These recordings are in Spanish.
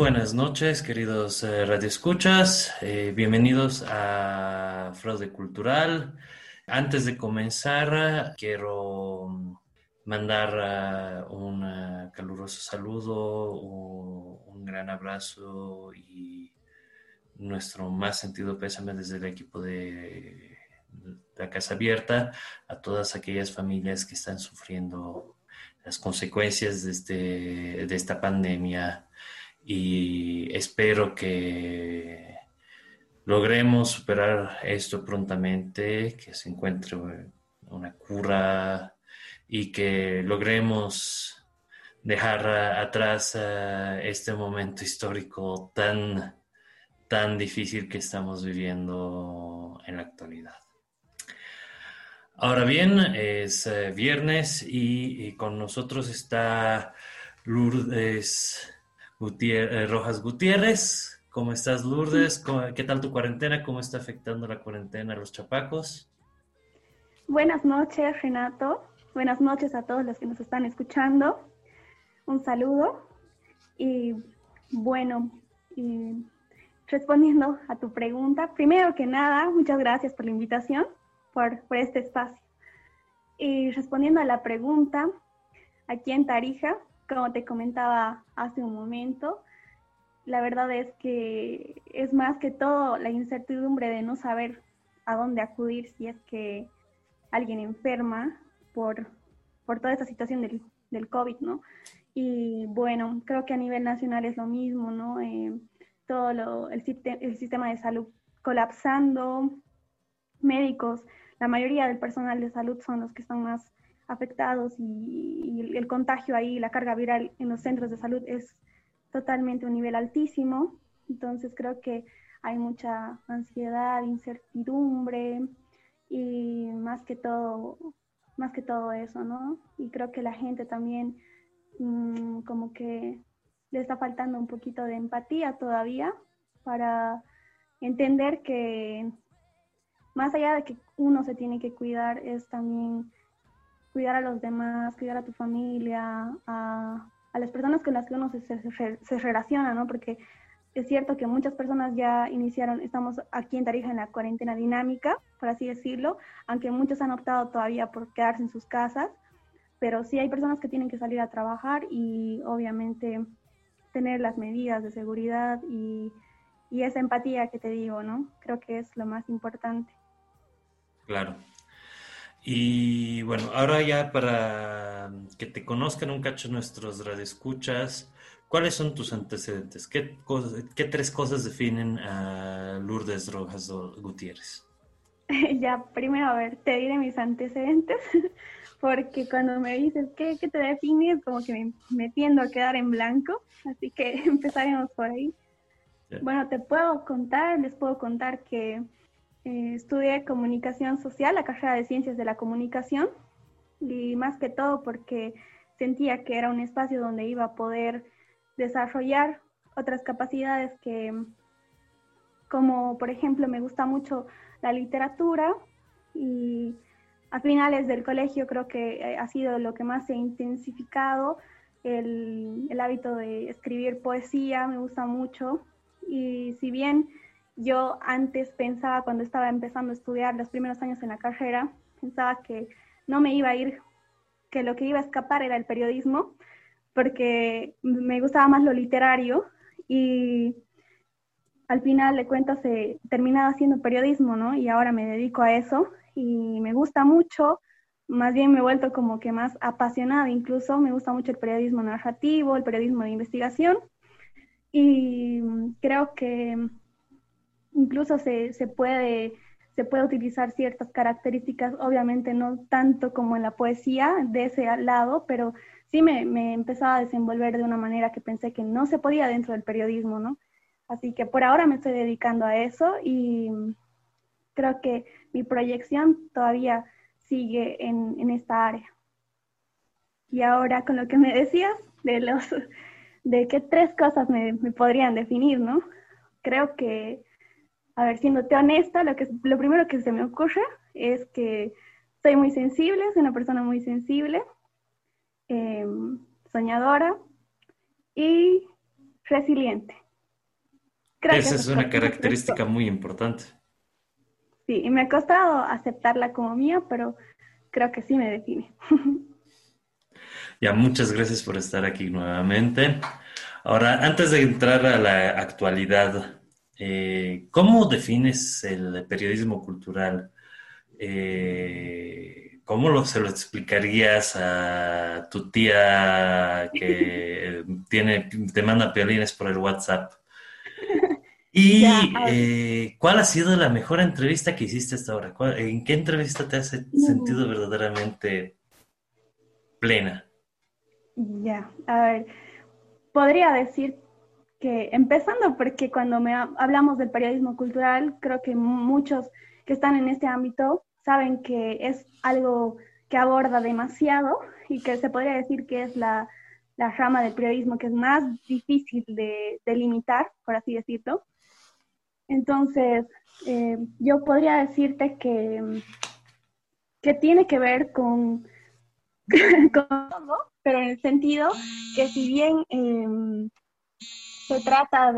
buenas noches, queridos radioescuchas. Bienvenidos a Fraude Cultural. Antes de comenzar, quiero mandar un caluroso saludo, un gran abrazo y nuestro más sentido pésame desde el equipo de la Casa Abierta a todas aquellas familias que están sufriendo las consecuencias de esta pandemia y espero que logremos superar esto prontamente, que se encuentre una cura y que logremos dejar atrás este momento histórico tan difícil que estamos viviendo en la actualidad. Ahora bien, es viernes y con nosotros está Lourdes Rojas Gutiérrez. ¿Cómo estás, Lourdes? ¿Qué tal tu cuarentena? ¿Cómo está afectando la cuarentena a los chapacos? Buenas noches, Renato. Buenas noches a todos los que nos están escuchando. Un saludo. Y bueno, y respondiendo a tu pregunta, primero que nada, muchas gracias por la invitación, por este espacio. Y respondiendo a la pregunta, aquí en Tarija, como te comentaba hace un momento, la verdad es que es más que todo la incertidumbre de no saber a dónde acudir si es que alguien enferma por, por toda esta situación del COVID, ¿no? Y bueno, creo que a nivel nacional es lo mismo, ¿no? El sistema de salud colapsando, médicos, la mayoría del personal de salud son los que están más afectados y el contagio ahí, la carga viral en los centros de salud es totalmente un nivel altísimo. Entonces creo que hay mucha ansiedad, incertidumbre y más que todo eso, ¿no? Y creo que la gente también como que le está faltando un poquito de empatía todavía para entender que más allá de que uno se tiene que cuidar, es también cuidar a los demás, cuidar a tu familia, a las personas con las que uno se relaciona, ¿no? Porque es cierto que muchas personas ya iniciaron, estamos aquí en Tarija en la cuarentena dinámica, por así decirlo, aunque muchos han optado todavía por quedarse en sus casas, pero sí hay personas que tienen que salir a trabajar y obviamente tener las medidas de seguridad y esa empatía que te digo, ¿no? Creo que es lo más importante. Claro. Y bueno, ahora ya para que te conozcan un cacho nuestros radioescuchas, ¿cuáles son tus antecedentes? ¿Qué tres cosas definen a Lourdes Rojas Gutiérrez? Ya, primero, a ver, te diré mis antecedentes, porque cuando me dices qué te defines, como que me tiendo a quedar en blanco, así que empezaremos por ahí. Sí. Bueno, les puedo contar que estudié comunicación social, la carrera de ciencias de la comunicación, y más que todo porque sentía que era un espacio donde iba a poder desarrollar otras capacidades que, como por ejemplo, me gusta mucho la literatura y a finales del colegio creo que ha sido lo que más se ha intensificado el hábito de escribir poesía, me gusta mucho. Y si bien yo antes pensaba, cuando estaba empezando a estudiar los primeros años en la carrera, pensaba que no me iba a ir, que lo que iba a escapar era el periodismo, porque me gustaba más lo literario y al final de cuentas he terminado haciendo periodismo, ¿no? Y ahora me dedico a eso y me gusta mucho, más bien me he vuelto como que más apasionada, incluso me gusta mucho el periodismo narrativo, el periodismo de investigación y creo que incluso se puede utilizar ciertas características, obviamente no tanto como en la poesía de ese lado, pero sí me empezaba a desenvolver de una manera que pensé que no se podía dentro del periodismo, ¿no? Así que por ahora me estoy dedicando a eso y creo que mi proyección todavía sigue en esta área. Y ahora con lo que me decías de qué tres cosas me podrían definir, ¿no? Creo que, a ver, siéndote honesta, lo primero que se me ocurre es que soy muy sensible, soy una persona muy sensible, eh, soñadora y resiliente. Creo que Esa eso es es una correcto. característica muy importante. Sí, y me ha costado aceptarla como mía, pero creo que sí me define. Ya, muchas gracias por estar aquí nuevamente. Ahora, antes de entrar a la actualidad, ¿cómo defines el periodismo cultural? ¿Cómo se lo explicarías a tu tía que te manda piolines por el WhatsApp? Ya, ¿Y a ver, cuál ha sido la mejor entrevista que hiciste hasta ahora? ¿En qué entrevista te has sentido mm, verdaderamente plena? ya, a ver, podría decir que empezando porque cuando hablamos del periodismo cultural, creo que muchos que están en este ámbito saben que es algo que aborda demasiado y que se podría decir que es la rama del periodismo que es más difícil de limitar, por así decirlo. Entonces, yo podría decirte que tiene que ver con todo, pero en el sentido que si bien se trata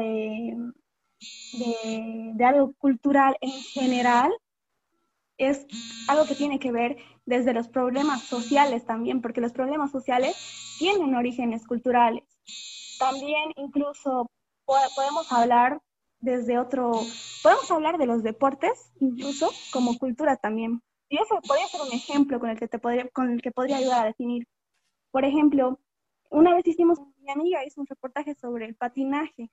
de algo cultural en general, es algo que tiene que ver desde los problemas sociales también, porque los problemas sociales tienen orígenes culturales. También incluso podemos hablar desde otro, podemos hablar de los deportes incluso como cultura también. Y eso podría ser un ejemplo con el que podría ayudar a definir. Por ejemplo, una vez mi amiga hizo un reportaje sobre el patinaje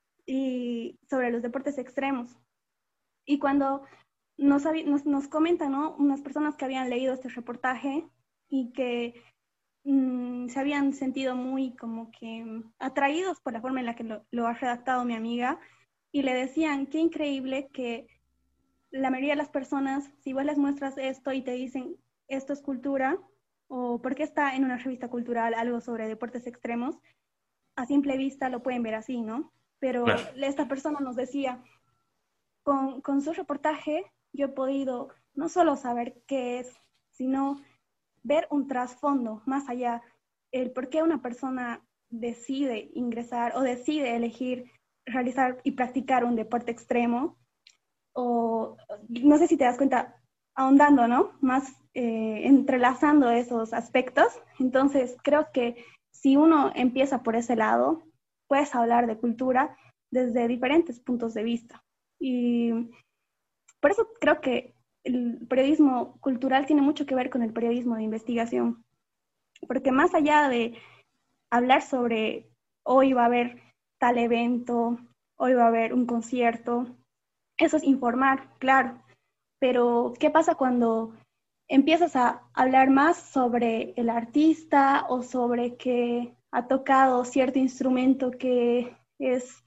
y sobre los deportes extremos. Y cuando nos comentan, ¿no? Unas personas que habían leído este reportaje y que se habían sentido muy como que atraídos por la forma en la que lo ha redactado mi amiga y le decían, qué increíble que la mayoría de las personas, si vos les muestras esto y te dicen, esto es cultura, o por qué está en una revista cultural algo sobre deportes extremos, a simple vista lo pueden ver así, ¿no? Pero Claro. esta persona nos decía, con su reportaje yo he podido no solo saber qué es, sino ver un trasfondo más allá, el por qué una persona decide ingresar o decide elegir realizar y practicar un deporte extremo, o no sé si te das cuenta, ahondando, ¿no? Más entrelazando esos aspectos. Entonces, creo que si uno empieza por ese lado, puedes hablar de cultura desde diferentes puntos de vista. Y por eso creo que el periodismo cultural tiene mucho que ver con el periodismo de investigación, porque más allá de hablar sobre hoy va a haber tal evento, hoy va a haber un concierto, eso es informar, claro, pero ¿qué pasa cuando empiezas a hablar más sobre el artista o sobre que ha tocado cierto instrumento que es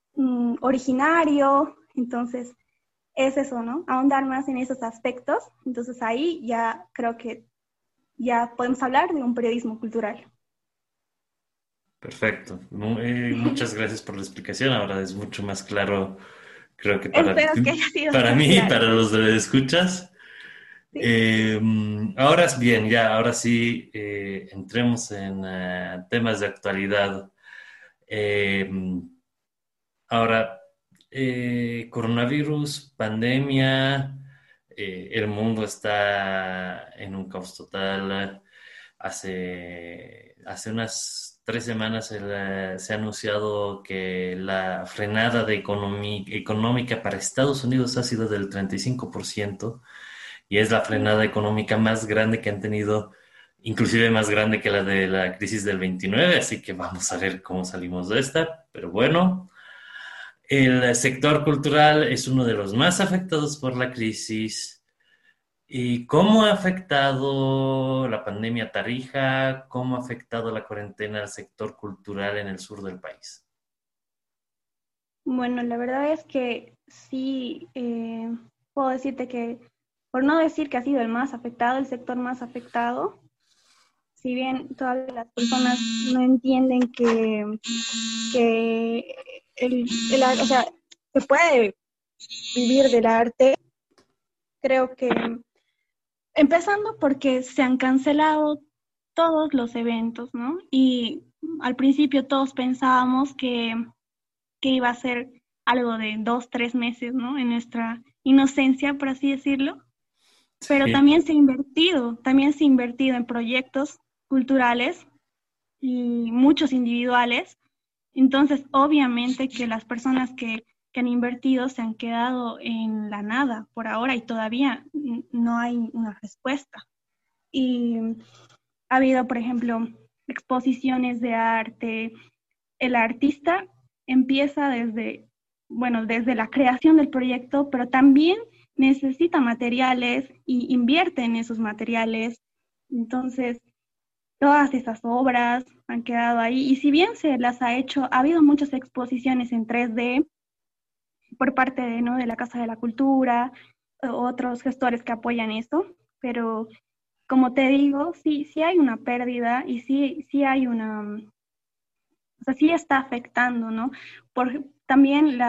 originario? Entonces, es eso, ¿no? Ahondar más en esos aspectos. Entonces ahí ya creo que ya podemos hablar de un periodismo cultural. Perfecto. Muchas gracias por la explicación. Ahora es mucho más claro, creo que Espero que haya sido para más mí y claro. para los de escuchas. ¿Sí? Ahora es bien, ya, ahora sí, entremos en temas de actualidad. Eh, Ahora, coronavirus, pandemia, el mundo está en un caos total. Hace unas 3 semanas se ha anunciado que la frenada económica para Estados Unidos ha sido del 35% y es la frenada económica más grande que han tenido, inclusive más grande que la de la crisis del 29, así que vamos a ver cómo salimos de esta, pero bueno. El sector cultural es uno de los más afectados por la crisis. ¿Y cómo ha afectado la pandemia a Tarija? ¿Cómo ha afectado la cuarentena al sector cultural en el sur del país? Bueno, la verdad es que sí, puedo decirte que, por no decir que ha sido el más afectado, el sector más afectado, si bien todavía las personas no entienden que o sea, se puede vivir del arte, creo que empezando porque se han cancelado todos los eventos, ¿no? Y al principio todos pensábamos que que iba a ser algo de 2, 3 meses, ¿no? En nuestra inocencia, por así decirlo. Pero Sí. también se ha invertido en proyectos culturales y muchos individuales. Entonces, obviamente que las personas que han invertido se han quedado en la nada por ahora y todavía no hay una respuesta. Y ha habido, por ejemplo, exposiciones de arte. El artista empieza desde la creación del proyecto, pero también necesita materiales y invierte en esos materiales. Entonces, todas esas obras han quedado ahí. Y si bien se las ha hecho, ha habido muchas exposiciones en 3D por parte de, ¿no?, de la Casa de la Cultura, otros gestores que apoyan esto, pero como te digo, sí hay una pérdida y sí hay o sea, sí está afectando, ¿no? También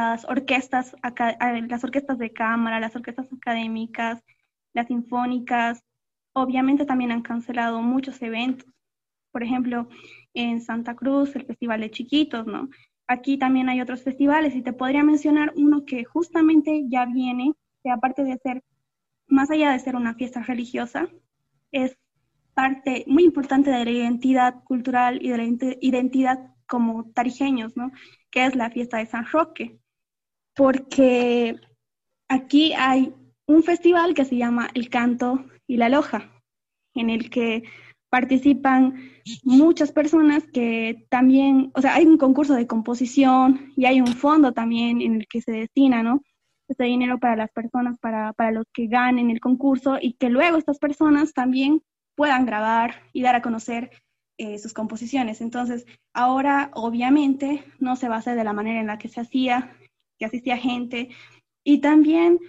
las orquestas de cámara, las orquestas académicas, las sinfónicas, obviamente también han cancelado muchos eventos. Por ejemplo, en Santa Cruz, el Festival de Chiquitos, ¿no? Aquí también hay otros festivales y te podría mencionar uno que justamente ya viene, que aparte de ser, más allá de ser una fiesta religiosa, es parte muy importante de la identidad cultural y de la identidad como tarijeños, ¿no? Que es la fiesta de San Roque, porque aquí hay un festival que se llama El Canto y la Loja, en el que participan muchas personas que también, o sea, hay un concurso de composición y hay un fondo también en el que se destina, ¿no? Este dinero para las personas, para los que ganen el concurso y que luego estas personas también puedan grabar y dar a conocer sus composiciones. Entonces, ahora obviamente no se va a hacer de la manera en la que se hacía, que asistía gente, y también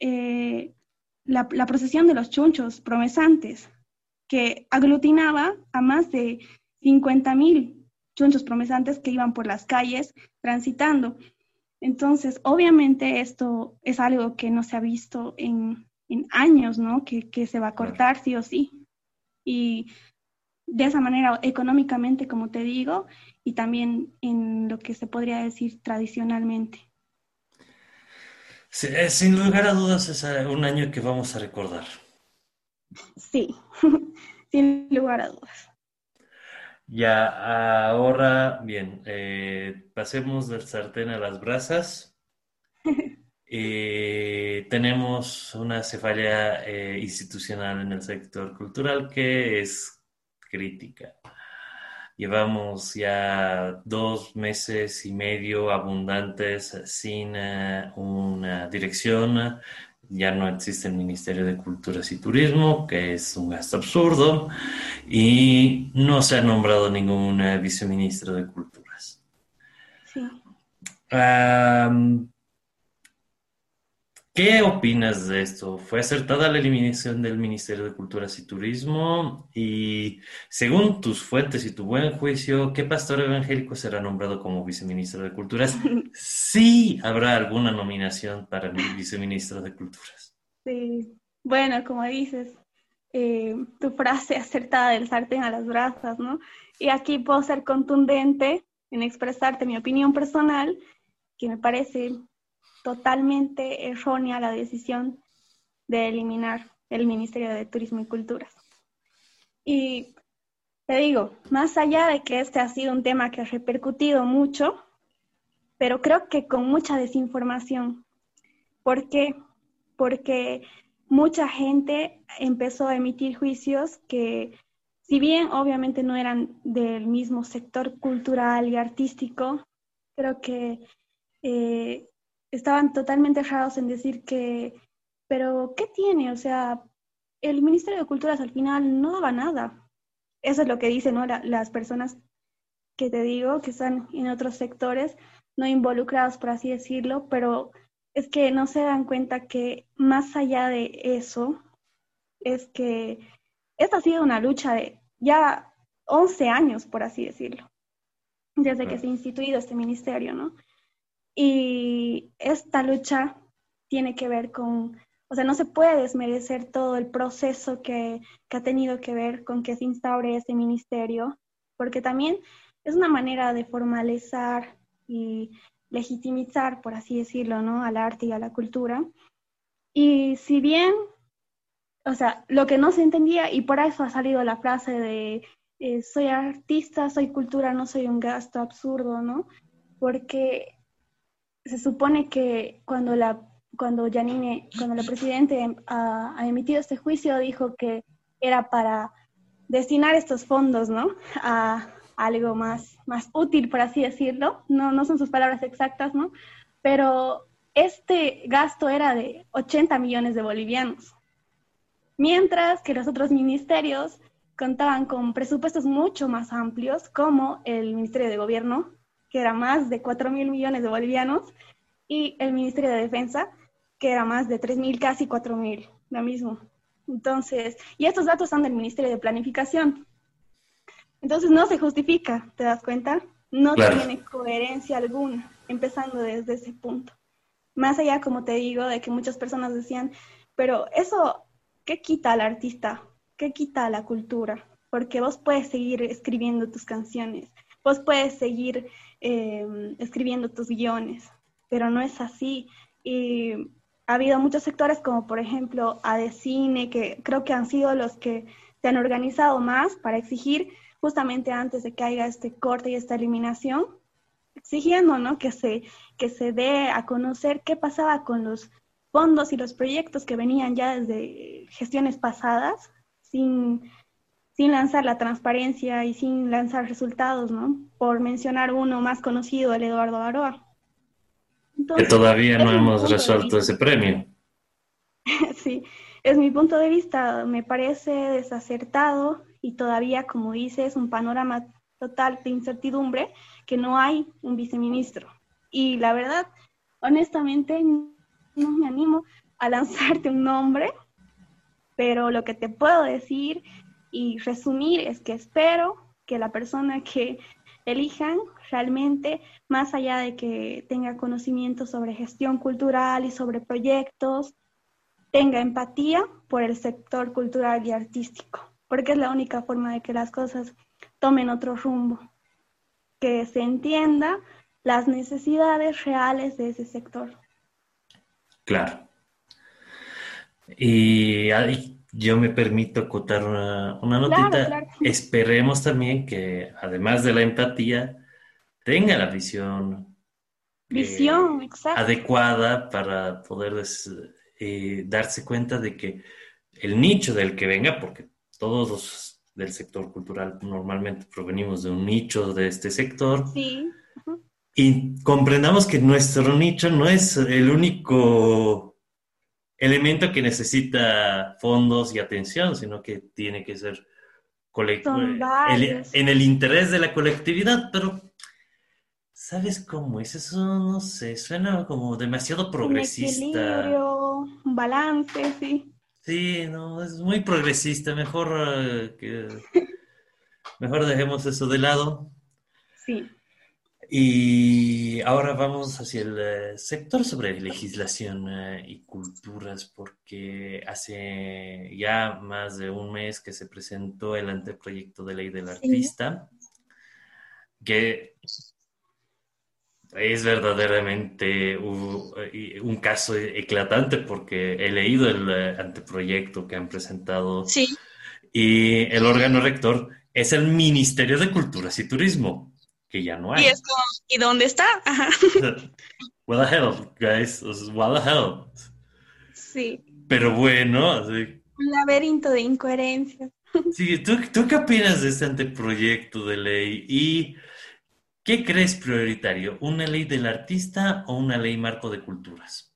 la procesión de los chunchos promesantes, que aglutinaba a más de 50.000 chunchos promesantes que iban por las calles transitando. Entonces, obviamente esto es algo que no se ha visto en años, ¿no? Que se va a Claro. cortar sí o sí. Y de esa manera, económicamente, como te digo, y también en lo que se podría decir tradicionalmente. Sí, sin lugar a dudas es un año que vamos a recordar. Sí, sin lugar a dudas. Ya, ahora, bien, pasemos del sartén a las brasas. Tenemos una cefalea institucional en el sector cultural que es crítica. Llevamos ya 2 meses y medio abundantes sin una dirección. Ya no existe el Ministerio de Culturas y Turismo, que es un gasto absurdo, y no se ha nombrado ningún viceministro de Culturas. Sí. Am, ¿Qué opinas de esto? ¿Fue acertada la eliminación del Ministerio de Culturas y Turismo? Y según tus fuentes y tu buen juicio, ¿qué pastor evangélico será nombrado como viceministro de Culturas? Sí, habrá alguna nominación para el viceministro de Culturas. Sí. Bueno, como dices, tu frase acertada del sartén a las brasas, ¿no? Y aquí puedo ser contundente en expresarte mi opinión personal, que me parece totalmente errónea la decisión de eliminar el Ministerio de Turismo y Culturas. Y te digo, más allá de que este ha sido un tema que ha repercutido mucho, pero creo que con mucha desinformación. ¿Por qué? Porque mucha gente empezó a emitir juicios que, si bien obviamente no eran del mismo sector cultural y artístico, creo que eh, estaban totalmente errados en decir que, pero ¿qué tiene? O sea, el Ministerio de Culturas al final no daba nada. Eso es lo que dicen, ¿no? Las personas que te digo, que están en otros sectores, no involucrados, por así decirlo, pero es que no se dan cuenta que más allá de eso, es que esta ha sido una lucha de ya 11 años, por así decirlo, desde que se ha Claro. instituido este ministerio, ¿no? Y esta lucha tiene que ver con, o sea, no se puede desmerecer todo el proceso que ha tenido que ver con que se instaure este ministerio, porque también es una manera de formalizar y legitimizar, por así decirlo, ¿no? Al arte y a la cultura. Y si bien, o sea, lo que no se entendía, y por eso ha salido la frase de soy artista, soy cultura, no soy un gasto absurdo, ¿no? Porque se supone que cuando la presidente ha emitido este juicio, dijo que era para destinar estos fondos, ¿no? A algo más útil, por así decirlo. No, no son sus palabras exactas, ¿no? Pero este gasto era de 80 millones de bolivianos, mientras que los otros ministerios contaban con presupuestos mucho más amplios, como el Ministerio de Gobierno, que era más de 4.000 millones de bolivianos, y el Ministerio de Defensa, que era más de 3.000, casi 4.000, lo mismo. Entonces, y estos datos son del Ministerio de Planificación. Entonces no se justifica, ¿te das cuenta? No Claro. tiene coherencia alguna, empezando desde ese punto. Más allá, como te digo, de que muchas personas decían, pero eso, ¿qué quita al artista? ¿Qué quita a la cultura? Porque vos puedes seguir escribiendo tus canciones, vos puedes seguir escribiendo tus guiones, pero no es así. Y ha habido muchos sectores, como por ejemplo ADECINE, que creo que han sido los que se han organizado más para exigir, justamente antes de que haya este corte y esta eliminación, exigiendo, ¿no? Que se dé a conocer qué pasaba con los fondos y los proyectos que venían ya desde gestiones pasadas, sin, sin lanzar la transparencia y sin lanzar resultados, ¿no? Por mencionar uno más conocido, el Eduardo Aroa. Que Entonces, todavía no ese es mi hemos punto de resuelto vista. ese premio. Sí, es mi punto de vista. Me parece desacertado y todavía, como dices, un panorama total de incertidumbre que no hay un viceministro. Y la verdad, honestamente, no me animo a lanzarte un nombre, pero lo que te puedo decir y resumir es que espero que la persona que elijan realmente, más allá de que tenga conocimiento sobre gestión cultural y sobre proyectos, tenga empatía por el sector cultural y artístico, porque es la única forma de que las cosas tomen otro rumbo, que se entienda las necesidades reales de ese sector. Claro. Y ahí yo me permito acotar una Claro, notita. claro. Esperemos también que, además de la empatía, tenga la visión Visión, exacto. adecuada para poder darse cuenta de que el nicho del que venga, porque todos los del sector cultural normalmente provenimos de un nicho de este sector, Sí. Ujú. y comprendamos que nuestro nicho no es el único elemento que necesita fondos y atención, sino que tiene que ser Son varios. en el interés de la colectividad, pero ¿sabes cómo es? Eso no sé, suena como demasiado Un progresista. equilibrio, un balance, sí. Sí, no, es muy progresista, mejor dejemos eso de lado. Sí. Y ahora vamos hacia el sector sobre legislación y culturas, porque hace ya más de un mes que se presentó el anteproyecto de ley del Sí. artista, que es verdaderamente un caso eclatante porque he leído el anteproyecto que han presentado Sí. y el órgano rector es el Ministerio de Culturas y Turismo, que ya no Y hay. es como, ¿y dónde está? Ajá. What the hell, guys? What the hell? Sí. Pero bueno, así- Un laberinto de incoherencias. sí, ¿tú qué opinas de este anteproyecto de ley? ¿Y qué crees prioritario? ¿Una ley del artista o una ley marco de culturas?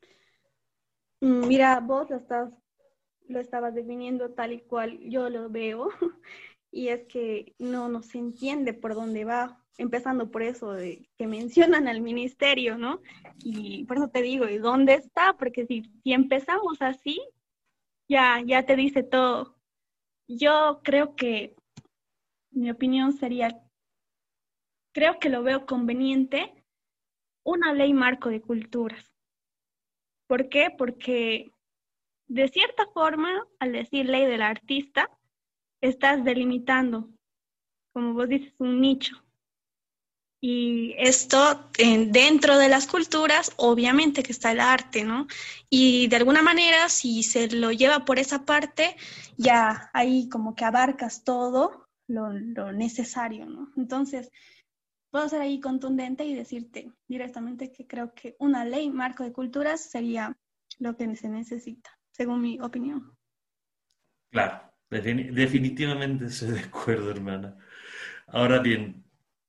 Mira, lo estabas definiendo tal y cual yo lo veo, y es que no se entiende por dónde va, empezando por eso de que mencionan al ministerio, ¿no? Y por eso te digo, ¿y dónde está? Porque si empezamos así, ya te dice todo. Yo creo que, mi opinión sería, creo que lo veo conveniente una ley marco de culturas. ¿Por qué? Porque de cierta forma, al decir ley del artista, estás delimitando, como vos dices, un nicho. Y esto, dentro de las culturas, obviamente que está el arte, ¿no? Y de alguna manera, si se lo lleva por esa parte, ya ahí como que abarcas todo lo necesario, ¿no? Entonces, puedo ser ahí contundente y decirte directamente que creo que una ley marco de culturas sería lo que se necesita, según mi opinión. Claro, definitivamente estoy de acuerdo, hermana. Ahora bien,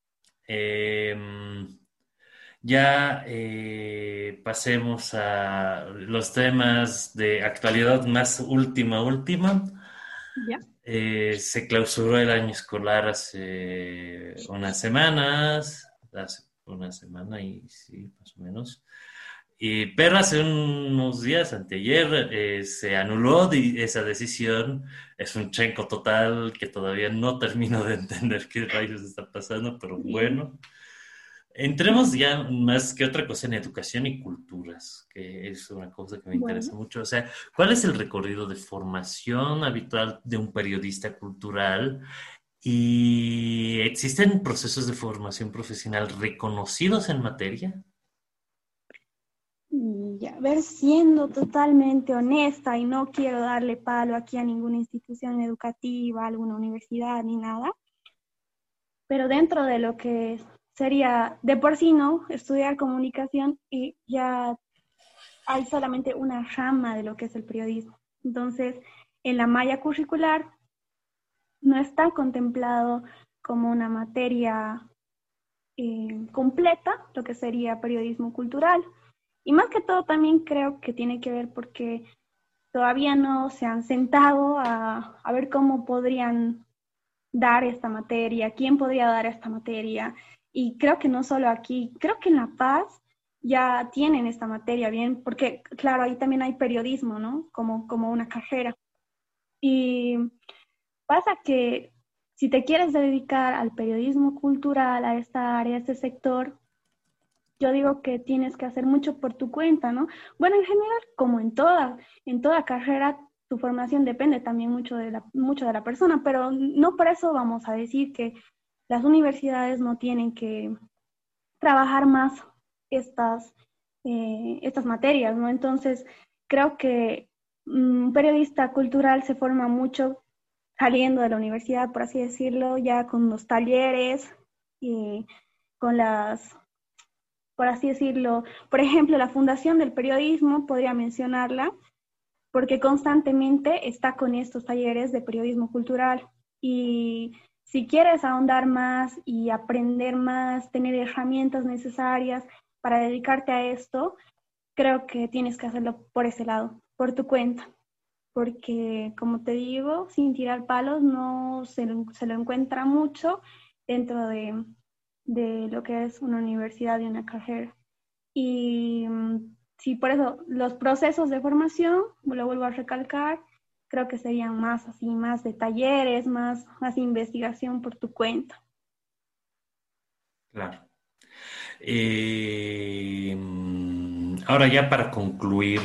em, ya pasemos a los temas de actualidad más última. ¿Ya? Se clausuró el año escolar hace una semana y sí, más o menos. Pero hace unos días, anteayer, se anuló esa decisión. Es un chenco total que todavía no termino de entender qué rayos está pasando, pero Sí. bueno. Entremos ya más que otra cosa en educación y culturas, que es una cosa que me interesa Bueno. mucho. O sea, ¿cuál es el recorrido de formación habitual de un periodista cultural? ¿Y existen procesos de formación profesional reconocidos en materia? Y a ver, siendo totalmente honesta y no quiero darle palo aquí a ninguna institución educativa, alguna universidad ni nada, pero dentro de lo que sería de por sí, ¿no? Estudiar comunicación y ya hay solamente una rama de lo que es el periodismo. Entonces, en la malla curricular no está contemplado como una materia completa lo que sería periodismo cultural. Y más que todo también creo que tiene que ver porque todavía no se han sentado a ver cómo podrían dar esta materia, quién podría dar esta materia. Y creo que no solo aquí, creo que en La Paz ya tienen esta materia bien, porque claro, ahí también hay periodismo, ¿no? Como una carrera. Y pasa que si te quieres dedicar al periodismo cultural, a esta área, a este sector, yo digo que tienes que hacer mucho por tu cuenta, ¿no? Bueno, en general, como en toda carrera, tu formación depende también mucho de la persona, pero no por eso vamos a decir que las universidades no tienen que trabajar más estas, estas materias, ¿no? Entonces, creo que un periodista cultural se forma mucho saliendo de la universidad, por así decirlo, ya con los talleres, y con las por así decirlo. Por ejemplo, la Fundación del Periodismo, podría mencionarla, porque constantemente está con estos talleres de periodismo cultural. Y si quieres ahondar más y aprender más, tener herramientas necesarias para dedicarte a esto, creo que tienes que hacerlo por ese lado, por tu cuenta. Porque, como te digo, sin tirar palos no se lo encuentra mucho dentro de lo que es una universidad y una carrera. Y sí, por eso los procesos de formación, lo vuelvo a recalcar, creo que serían más así, más de talleres, más investigación por tu cuenta. Claro. Ahora ya para concluir,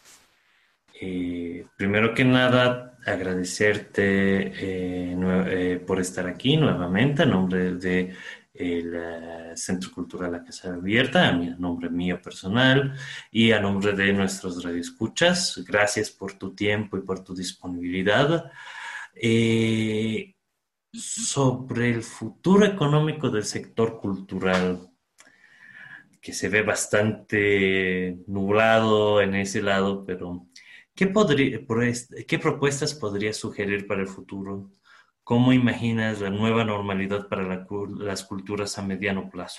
primero que nada, agradecerte por estar aquí nuevamente a nombre de el Centro Cultural La Casa Abierta, a nombre mío personal y a nombre de nuestros radioescuchas. Gracias por tu tiempo y por tu disponibilidad. Eh, sobre el futuro económico del sector cultural, que se ve bastante nublado en ese lado, pero ¿qué propuestas podrías sugerir para el futuro? ¿Cómo imaginas la nueva normalidad para las culturas a mediano plazo?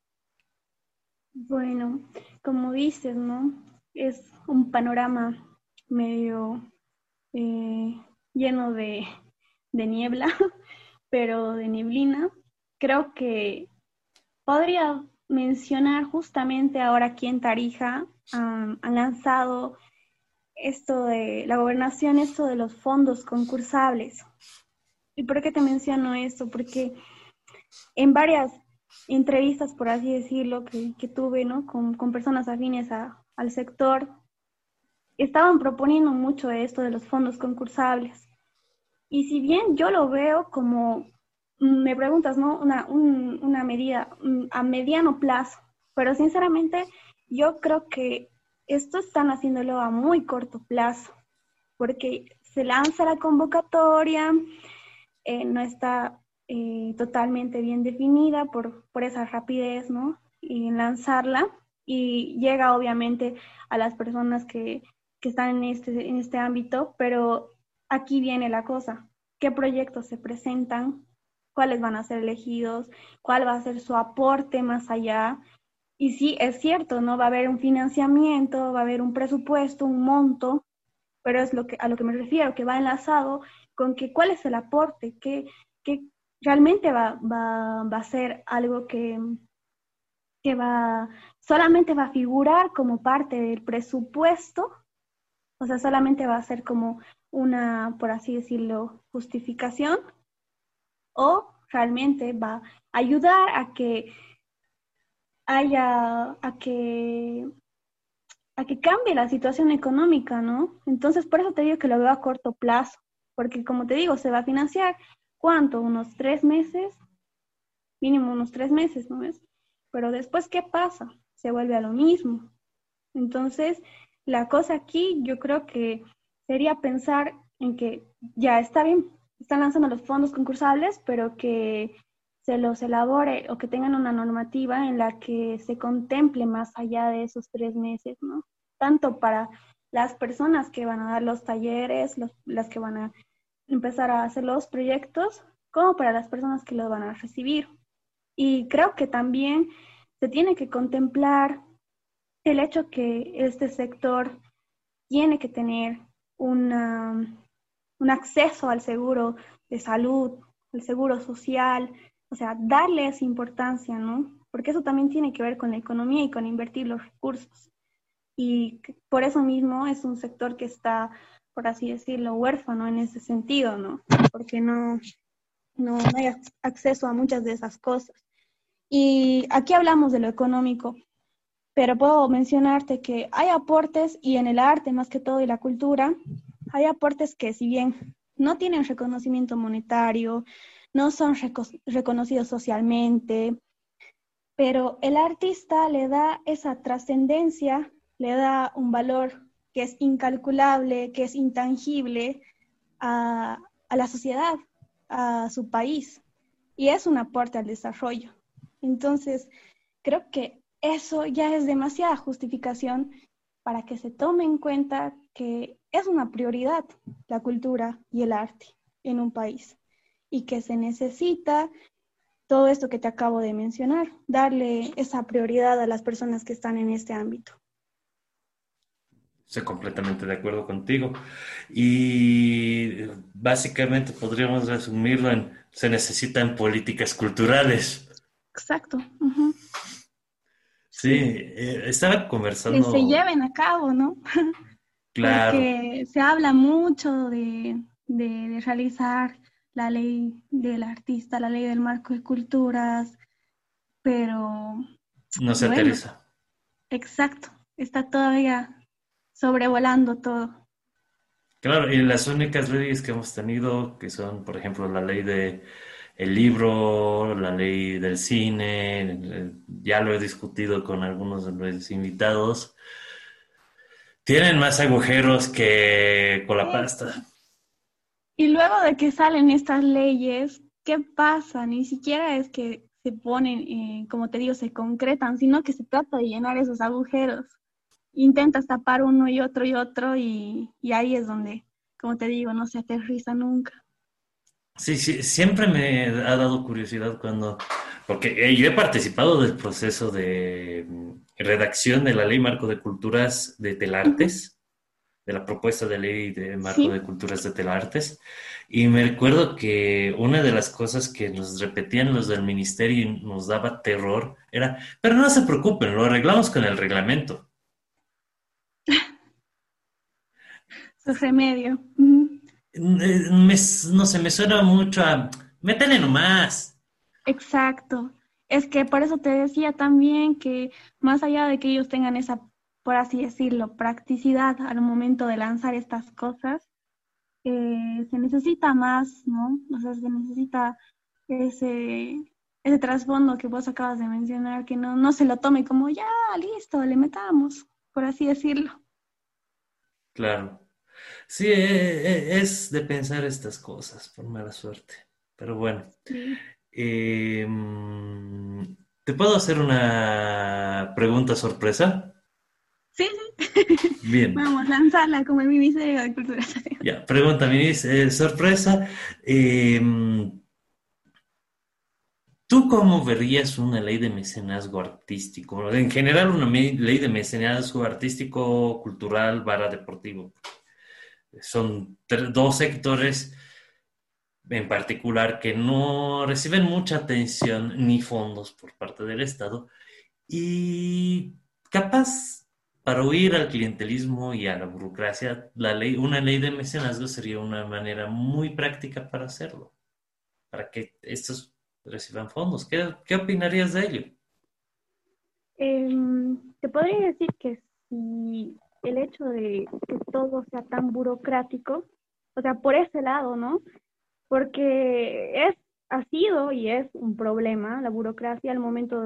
Bueno, como dices, ¿no? Es un panorama medio eh, lleno de niebla, pero de neblina. Creo que podría mencionar justamente ahora aquí en Tarija, han lanzado esto de la gobernación, esto de los fondos concursables. ¿Y por qué te menciono esto? Porque en varias entrevistas, por así decirlo, que tuve, ¿no? Con personas afines al sector, estaban proponiendo mucho esto de los fondos concursables. Y si bien yo lo veo como me preguntas, ¿no? Una medida a mediano plazo, pero sinceramente yo creo que esto están haciéndolo a muy corto plazo, porque se lanza la convocatoria, no está totalmente bien definida por esa rapidez, ¿no? Y en lanzarla, y llega obviamente a las personas que están en este ámbito, pero aquí viene la cosa, ¿qué proyectos se presentan? ¿Cuáles van a ser elegidos? ¿Cuál va a ser su aporte más allá? Y sí, es cierto, ¿no? Va a haber un financiamiento, va a haber un presupuesto, un monto, pero es a lo que me refiero, que va enlazado con que cuál es el aporte, que realmente va a ser algo que solamente va a figurar como parte del presupuesto, o sea, solamente va a ser como una, por así decirlo, justificación, o realmente va a ayudar a que haya, a que cambie la situación económica, ¿no? Entonces, por eso te digo que lo veo a corto plazo, porque como te digo, se va a financiar, ¿cuánto? Unos 3 meses, mínimo unos 3 meses, ¿no ves? Pero después, ¿qué pasa? Se vuelve a lo mismo. Entonces, la cosa aquí yo creo que sería pensar en que ya está bien, están lanzando los fondos concursables, pero que se los elabore o que tengan una normativa en la que se contemple más allá de esos 3 meses, ¿no? Tanto para las personas que van a dar los talleres, las que van a empezar a hacer los proyectos, como para las personas que los van a recibir. Y creo que también se tiene que contemplar el hecho que este sector tiene que tener un acceso al seguro de salud, al seguro social, o sea, darle esa importancia, ¿no? Porque eso también tiene que ver con la economía y con invertir los recursos. Y por eso mismo es un sector que está, por así decirlo, huérfano en ese sentido, ¿no? Porque no hay acceso a muchas de esas cosas. Y aquí hablamos de lo económico, pero puedo mencionarte que hay aportes, y en el arte más que todo y la cultura, hay aportes que si bien no tienen reconocimiento monetario, no son reconocidos socialmente, pero el artista le da esa trascendencia, le da un valor que es incalculable, que es intangible a, a la sociedad, a su país, y es un aporte al desarrollo. Entonces, creo que eso ya es demasiada justificación para que se tome en cuenta que es una prioridad la cultura y el arte en un país y que se necesita todo esto que te acabo de mencionar, darle esa prioridad a las personas que están en este ámbito. Estoy completamente de acuerdo contigo. Y básicamente podríamos resumirlo en se necesitan políticas culturales. Exacto. Uh-huh. Sí, Sí, estaba que se conversando, lleven a cabo, ¿no? claro, Porque se habla mucho de realizar la ley del artista, la ley del marco de culturas, pero no se bueno, aterriza. exacto, está todavía sobrevolando todo. Claro, y las únicas leyes que hemos tenido, que son, por ejemplo, la ley de el libro, la ley del cine, ya lo he discutido con algunos de los invitados, tienen más agujeros que con la Eso. pasta. Y luego de que salen estas leyes, ¿qué pasa? Ni siquiera es que se ponen, como te digo, se concretan, sino que se trata de llenar esos agujeros. Intentas tapar uno y otro, y ahí es donde, como te digo, no se aterriza nunca. Sí, sí, siempre me ha dado curiosidad cuando, porque yo he participado del proceso de redacción de la Ley Marco de Culturas de Ujú. Telartes, de la propuesta de ley de Marco de Sí, Culturas de Telartes, y me recuerdo que una de las cosas que nos repetían los del ministerio y nos daba terror era, pero no se preocupen, lo arreglamos con el reglamento. su remedio. Ujú. No sé, me suena mucho a, métele nomás. Exacto. Es que por eso te decía también que más allá de que ellos tengan esa, por así decirlo, practicidad al momento de lanzar estas cosas, se necesita más, ¿no? O sea, se necesita ese, ese trasfondo que vos acabas de mencionar, que no se lo tome como ya, listo, le metamos, por así decirlo. Claro. Sí, es de pensar estas cosas, por mala suerte. Pero bueno, Sí, ¿te puedo hacer una pregunta sorpresa? sí, Bien, vamos, lanzarla como el Ministerio de Cultura. ya, pregunta Minis, sorpresa. Em, ¿Tú cómo verías una ley de mecenazgo artístico? En general, una ley de mecenazgo artístico, cultural, barra deportivo. Son dos sectores en particular que no reciben mucha atención ni fondos por parte del Estado y capaz para huir al clientelismo y a la burocracia, una ley de mecenazgo sería una manera muy práctica para hacerlo, para que estos reciban fondos. ¿Qué opinarías de ello? Te podría decir que si el hecho de que todo sea tan burocrático, o sea, por ese lado, ¿no? Porque ha sido y es un problema la burocracia al momento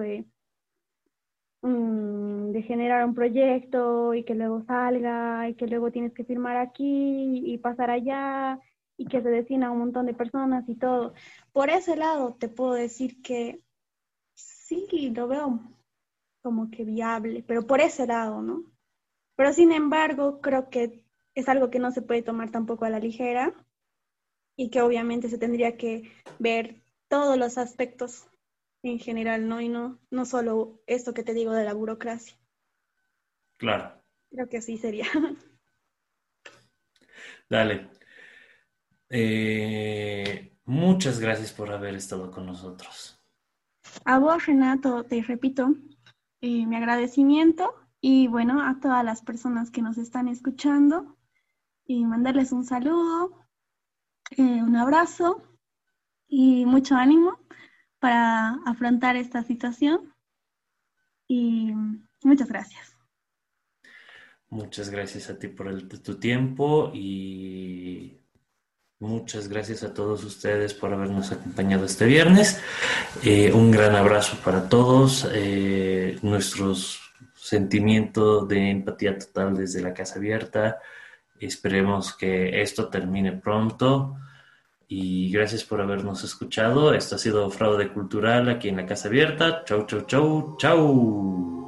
de generar un proyecto y que luego salga y que luego tienes que firmar aquí y pasar allá y que se destina a un montón de personas y todo. Por ese lado te puedo decir que sí, lo veo como que viable, pero por ese lado, ¿no? Pero sin embargo, creo que es algo que no se puede tomar tampoco a la ligera y que obviamente se tendría que ver todos los aspectos en general, ¿no? Y no solo esto que te digo de la burocracia. Claro, Creo que así sería. dale. Muchas gracias por haber estado con nosotros. A vos, Renato, te repito, mi agradecimiento y bueno, a todas las personas que nos están escuchando y mandarles un saludo, un abrazo y mucho ánimo para afrontar esta situación y muchas gracias. Muchas gracias a ti por tu tiempo y muchas gracias a todos ustedes por habernos acompañado este viernes. Un gran abrazo para todos. Nuestros sentimientos de empatía total desde la Casa Abierta. Esperemos que esto termine pronto. Y gracias por habernos escuchado. Esto ha sido Fraude Cultural aquí en la Casa Abierta. Chau, chau, chau, chau.